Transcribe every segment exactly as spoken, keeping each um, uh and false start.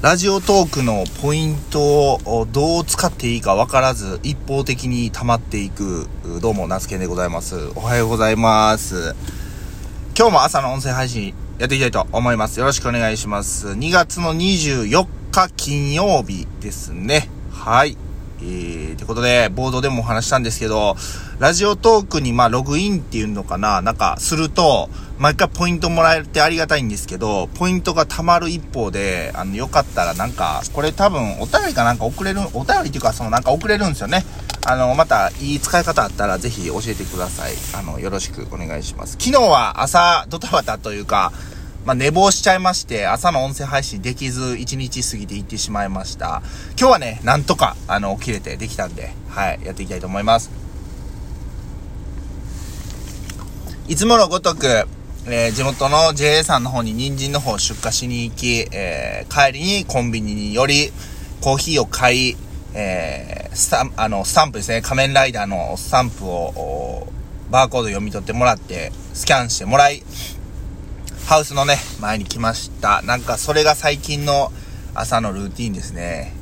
ラジオトークのポイントをどう使っていいか分からず一方的に溜まっていく、どうもナスケンでございます。おはようございます。今日も朝の音声配信やっていきたいと思います。よろしくお願いします。にがつのにじゅうよっか金曜日ですね。はい、えー、ってことでボードでもお話したんですけど、ラジオトークにまあログインっていうのかな、なんかすると毎回ポイントもらえてありがたいんですけど、ポイントが貯まる一方で、あのよかったらなんかこれ多分お便りかなんか送れる、お便りっていうかそのなんか送れるんですよね。あのまたいい使い方あったらぜひ教えてください。あのよろしくお願いします。昨日は朝ドタバタというか、まあ、寝坊しちゃいまして、朝の音声配信できず、一日過ぎていってしまいました。今日はね、なんとか、あの、起きれてできたんで、はい、やっていきたいと思います。いつものごとく、えー、地元の ジェーエー さんの方に人参の方を出荷しに行き、えー、帰りにコンビニに寄り、コーヒーを買い、えー、スタン、あの、スタンプですね、仮面ライダーのスタンプを、バーコード読み取ってもらって、スキャンしてもらい、ハウスのね前に来ました。なんかそれが最近の朝のルーティーンですね。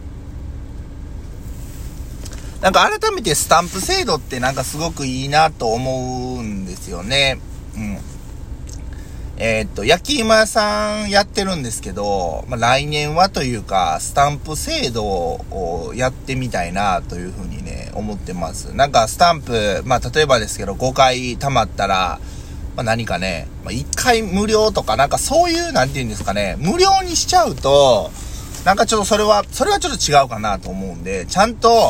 なんか改めてスタンプ制度ってなんかすごくいいなと思うんですよね。うんえー、っと焼き芋屋さんやってるんですけど、まあ、来年はというかスタンプ制度をやってみたいなというふうにね思ってます。なんかスタンプ、まあ例えばですけどごかい貯まったらまあ、何かね、まあ、いっかい無料とかなんかそういうなんていうんですかね、無料にしちゃうとなんかちょっとそれはそれはちょっと違うかなと思うんで、ちゃんと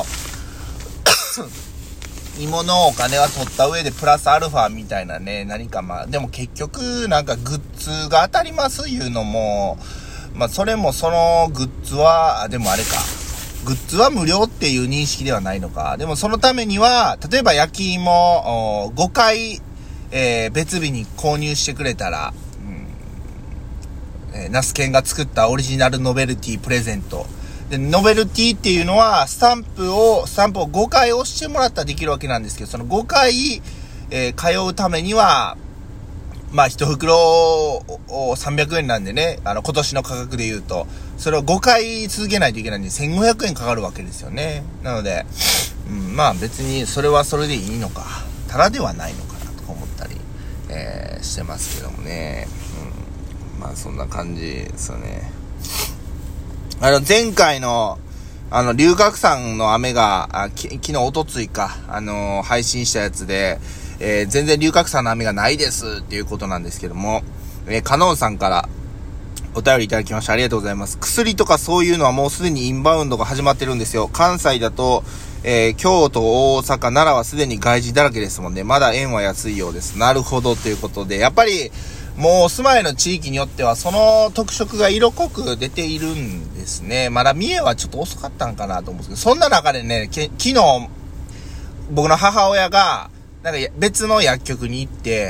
芋のお金は取った上でプラスアルファみたいなね、何かまあでも結局なんかグッズが当たりますいうのも、まあそれもそのグッズはでもあれかグッズは無料っていう認識ではないのか。でもそのためには例えば焼き芋ごかいえー、別日に購入してくれたら、うんえー、ナスケンが作ったオリジナルノベルティプレゼントで、ノベルティっていうのはスタンプをスタンプをごかい押してもらったらできるわけなんですけど、そのごかい、えー、通うためにはまあ一袋をさんびゃくえんなんでね、あの今年の価格で言うとそれをごかい続けないといけないんでせんごひゃくえんかかるわけですよね。なので、うん、まあ別にそれはそれでいいのか、ただではないのか思ったり、えー、してますけどもね、うん、まあそんな感じですよね。あの前回のあの龍角散の雨があき昨日おとついか、あのー、配信したやつで、えー、全然龍角散の雨がないですっていうことなんですけども、えー、カノンさんからお便りいただきました。ありがとうございます。薬とかそういうのはもうすでにインバウンドが始まってるんですよ。関西だとえー、京都、大阪、奈良はすでに外人だらけですもんね。まだ円は安いようです。なるほどということで、やっぱりもうお住まいの地域によってはその特色が色濃く出ているんですね。まだ三重はちょっと遅かったんかなと思うんですけど、そんな中でね、け昨日僕の母親がなんか別の薬局に行って、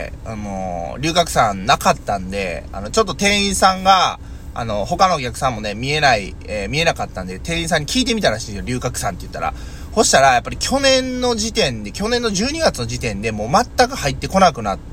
あのー、龍角散なかったんで、あのちょっと店員さんがあの他のお客さんもね見えない、えー、見えなかったんで店員さんに聞いてみたらしいんですよ。龍角散って言ったら。そしたらやっぱり去年の時点で去年のじゅうにがつの時点でもう全く入ってこなくなって、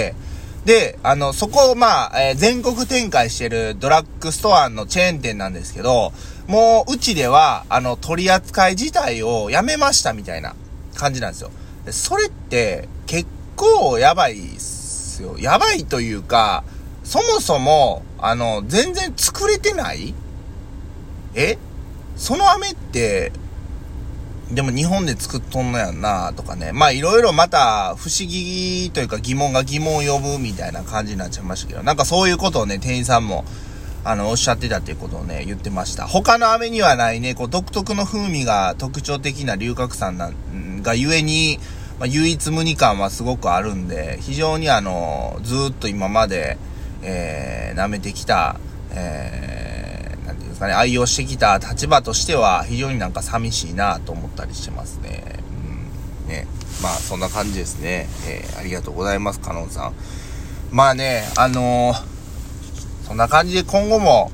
であのそこをまあ、えー、全国展開してるドラッグストアのチェーン店なんですけど、もううちではあの取り扱い自体をやめましたみたいな感じなんですよ。でそれって結構やばいっすよ。やばいというか、そもそもあの全然作れてない。えその飴ってでも日本で作っとんのやんなとかね。まあいろいろまた不思議というか疑問が疑問を呼ぶみたいな感じになっちゃいましたけど、なんかそういうことをね店員さんもあのおっしゃってたっていうことをね言ってました。他の飴にはないねこう独特の風味が特徴的な龍角散なんがゆえに、まあ、唯一無二感はすごくあるんで、非常にあのずーっと今まで、えー、舐めてきた、えー愛用してきた立場としては非常になんか寂しいなと思ったりしてますね。うん、ね、まあそんな感じですね。えー、ありがとうございますカノンさん。まあね、あのー、そんな感じで今後も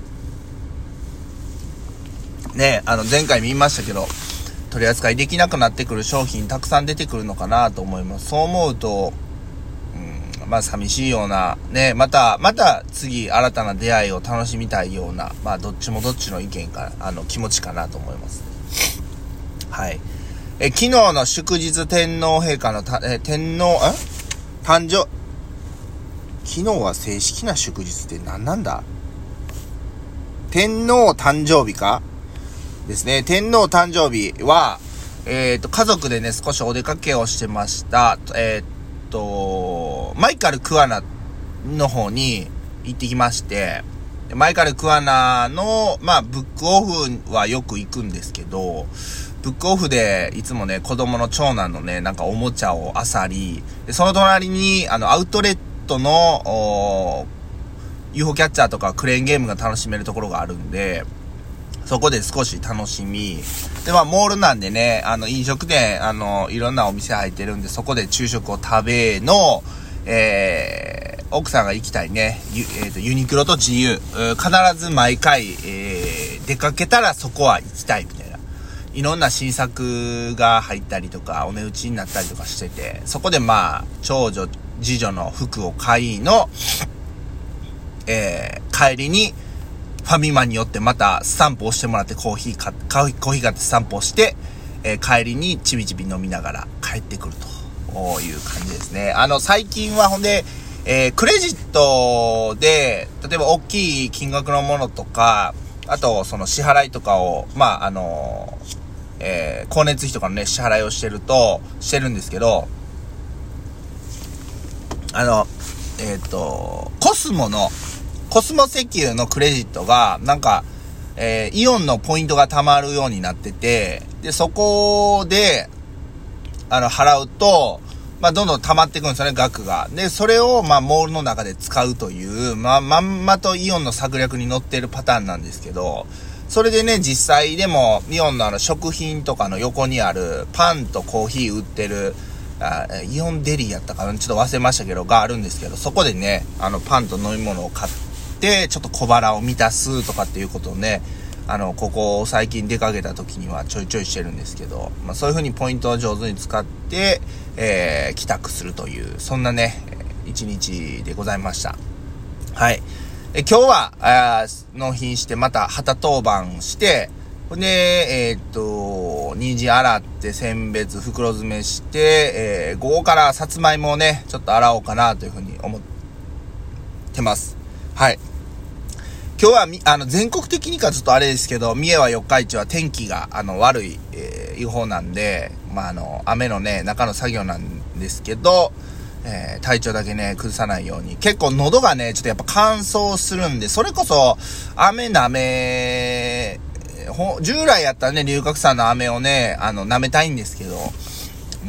ね、あの前回見ましたけど取り扱いできなくなってくる商品たくさん出てくるのかなと思います。そう思うと、うん、 まあ寂しいような、ね、また、また次新たな出会いを楽しみたいような、まあどっちもどっちの意見か、あの気持ちかなと思います。はい。え、昨日の祝日天皇陛下のた、え、天皇、ん誕生、昨日は正式な祝日って何なんだ？天皇誕生日かですね。天皇誕生日は、えっと、家族でね、少しお出かけをしてました。えっと、マイカル・クアナの方に行ってきまして、マイカル・クアナの、まあ、ブックオフはよく行くんですけど、ブックオフでいつもね、子供の長男のね、なんかおもちゃを漁り、でその隣に、あの、アウトレットの、ユーフォー キャッチャーとかクレーンゲームが楽しめるところがあるんで、そこで少し楽しみ。で、まあ、モールなんでね、あの、飲食店、あの、いろんなお店入ってるんで、そこで昼食を食べの、えー、奥さんが行きたいね、ゆ、えーと、ユニクロと ジーユー、必ず毎回、えー、出かけたらそこは行きたいみたいな。いろんな新作が入ったりとか、お値打ちになったりとかしてて、そこでまあ、長女、次女の服を買いの、えー、帰りに、ファミマによってまたスタンプを押してもらってコーヒー買コーヒー買ってスタンプをして、えー、帰りにちびちび飲みながら帰ってくるという感じですね。あの最近はほんで、えー、クレジットで例えば大きい金額のものとか、あとその支払いとかをまああのー、えー、光熱費とかのね支払いをしてるとしてるんですけど、あのえっとコスモのコスモ石油のクレジットが、なんか、えー、イオンのポイントが貯まるようになってて、で、そこで、あの、払うと、まあ、どんどん溜まっていくんですよね、額が。で、それを、まあ、モールの中で使うという、まあ、まんまとイオンの策略に乗っているパターンなんですけど、それでね、実際でも、イオンのあの、食品とかの横にある、パンとコーヒー売ってる、あイオンデリーやったかな、ちょっと忘れましたけど、があるんですけど、そこでね、あの、パンと飲み物を買って、でちょっと小腹を満たすとかっていうことをね、あのここ最近出かけた時にはちょいちょいしてるんですけど、まあ、そういう風にポイントを上手に使って、えー、帰宅するというそんなね一日でございました。はい。え今日はあ納品してまた旗当番してでえー、っと人参洗って選別袋詰めして、えー、午後からさつまいもをねちょっと洗おうかなという風に思ってます。はい。今日はみ、あの、全国的にかちょっとあれですけど、三重は四日市は天気が、あの、悪い、えー、予報なんで、まあ、あの、雨のね、中の作業なんですけど、えー、体調だけね、崩さないように。結構喉がね、ちょっとやっぱ乾燥するんで、それこそ、雨なめ、ほ、従来やったらね、龍角散の飴をね、あの、舐めたいんですけど、うん、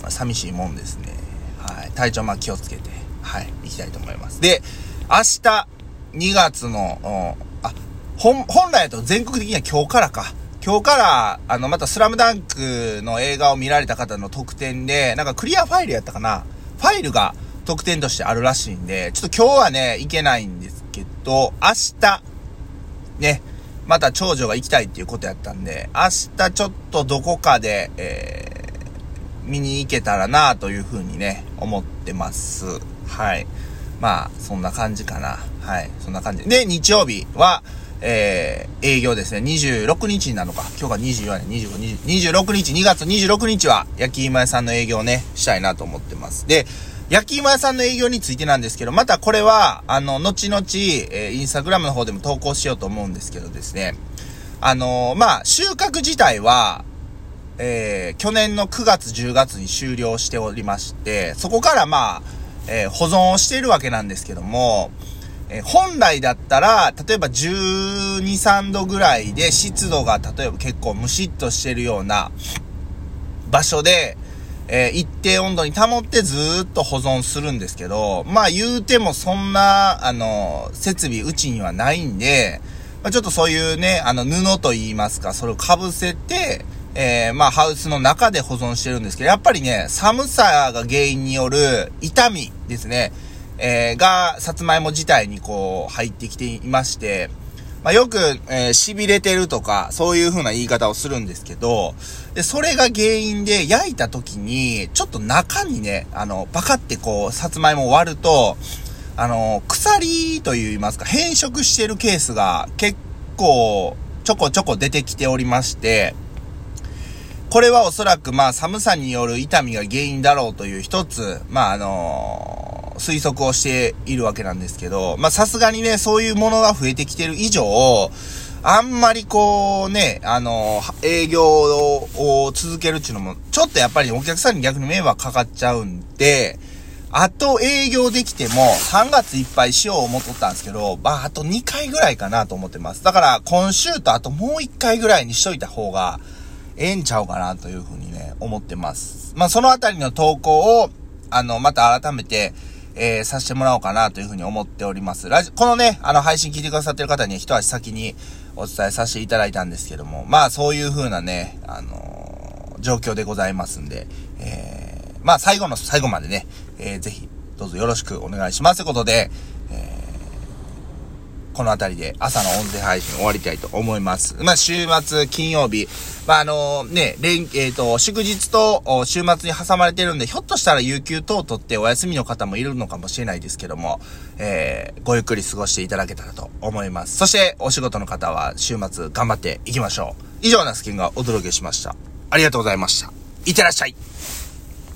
寂しいもんですね。はい。体調まあ気をつけて、はい、行きたいと思います。で、明日、にがつの、あ、本、本来だと全国的には今日からか。今日から、あの、またスラムダンクの映画を見られた方の特典で、なんかクリアファイルやったかな？ファイルが特典としてあるらしいんで、ちょっと今日はね、行けないんですけど、明日、ね、また長女が行きたいっていうことやったんで、明日ちょっとどこかで、えー、見に行けたらなというふうにね、思ってます。はい。まあ、そんな感じかな。はい。そんな感じ。で、日曜日は、えー、営業ですね。にじゅうろくにちになるのか。今日がにじゅうよねん、にじゅうご、にじゅう、にじゅうろくにち、にがつにじゅうろくにちは、焼き芋屋さんの営業をね、したいなと思ってます。で、焼き芋屋さんの営業についてなんですけど、またこれは、あの、後々、えー、インスタグラムの方でも投稿しようと思うんですけどですね。あのー、まあ、収穫自体は、えー、去年のくがつ、じゅうがつに終了しておりまして、そこからまあ、えー、保存をしているわけなんですけども、えー、本来だったら、例えばじゅうに、さんどぐらいで湿度が例えば結構ムシッとしてるような場所で、えー、一定温度に保ってずーっと保存するんですけど、まあ言うてもそんな、あの、設備うちにはないんで、まあ、ちょっとそういうね、あの布と言いますか、それをかぶせて、えー、まあハウスの中で保存してるんですけど、やっぱりね、寒さが原因による痛みですね、えー、が、さつまいも自体にこう入ってきていまして、 まあ、よく、えー、痺れてるとか、そういう風な言い方をするんですけど、で、それが原因で焼いた時に、ちょっと中にね、あの、パカってこう、さつまいもを割ると、あの、鎖と言いますか、変色してるケースが結構、ちょこちょこ出てきておりまして、これはおそらくまあ寒さによる痛みが原因だろうという一つ、まああのー、推測をしているわけなんですけど、まあさすがにね、そういうものが増えてきてる以上、あんまりこうね、あのー、営業を続けるっていうのも、ちょっとやっぱりお客さんに逆に迷惑かかっちゃうんで、あと営業できてもさんがついっぱいしよう思っとったんですけど、まああとにかいぐらいかなと思ってます。だから今週とあともういっかいぐらいにしといた方が、ええんちゃうかなというふうにね、思ってます。まあ、そのあたりの投稿を、あの、また改めて、えー、させてもらおうかなというふうに思っております。ラジ、このね、あの、配信聞いてくださってる方に一足先にお伝えさせていただいたんですけども、まあ、そういうふうなね、あのー、状況でございますんで、えー、まあ、最後の最後までね、えー、ぜひ、どうぞよろしくお願いしますということで、えーこのあたりで朝の音声配信終わりたいと思います。まあ、週末、金曜日、まあ、あのね、連、えっと、祝日と週末に挟まれてるんで、ひょっとしたら有給等を取ってお休みの方もいるのかもしれないですけども、えー、ごゆっくり過ごしていただけたらと思います。そして、お仕事の方は週末頑張っていきましょう。以上、ナスケンがお届けしました。ありがとうございました。いってらっしゃい。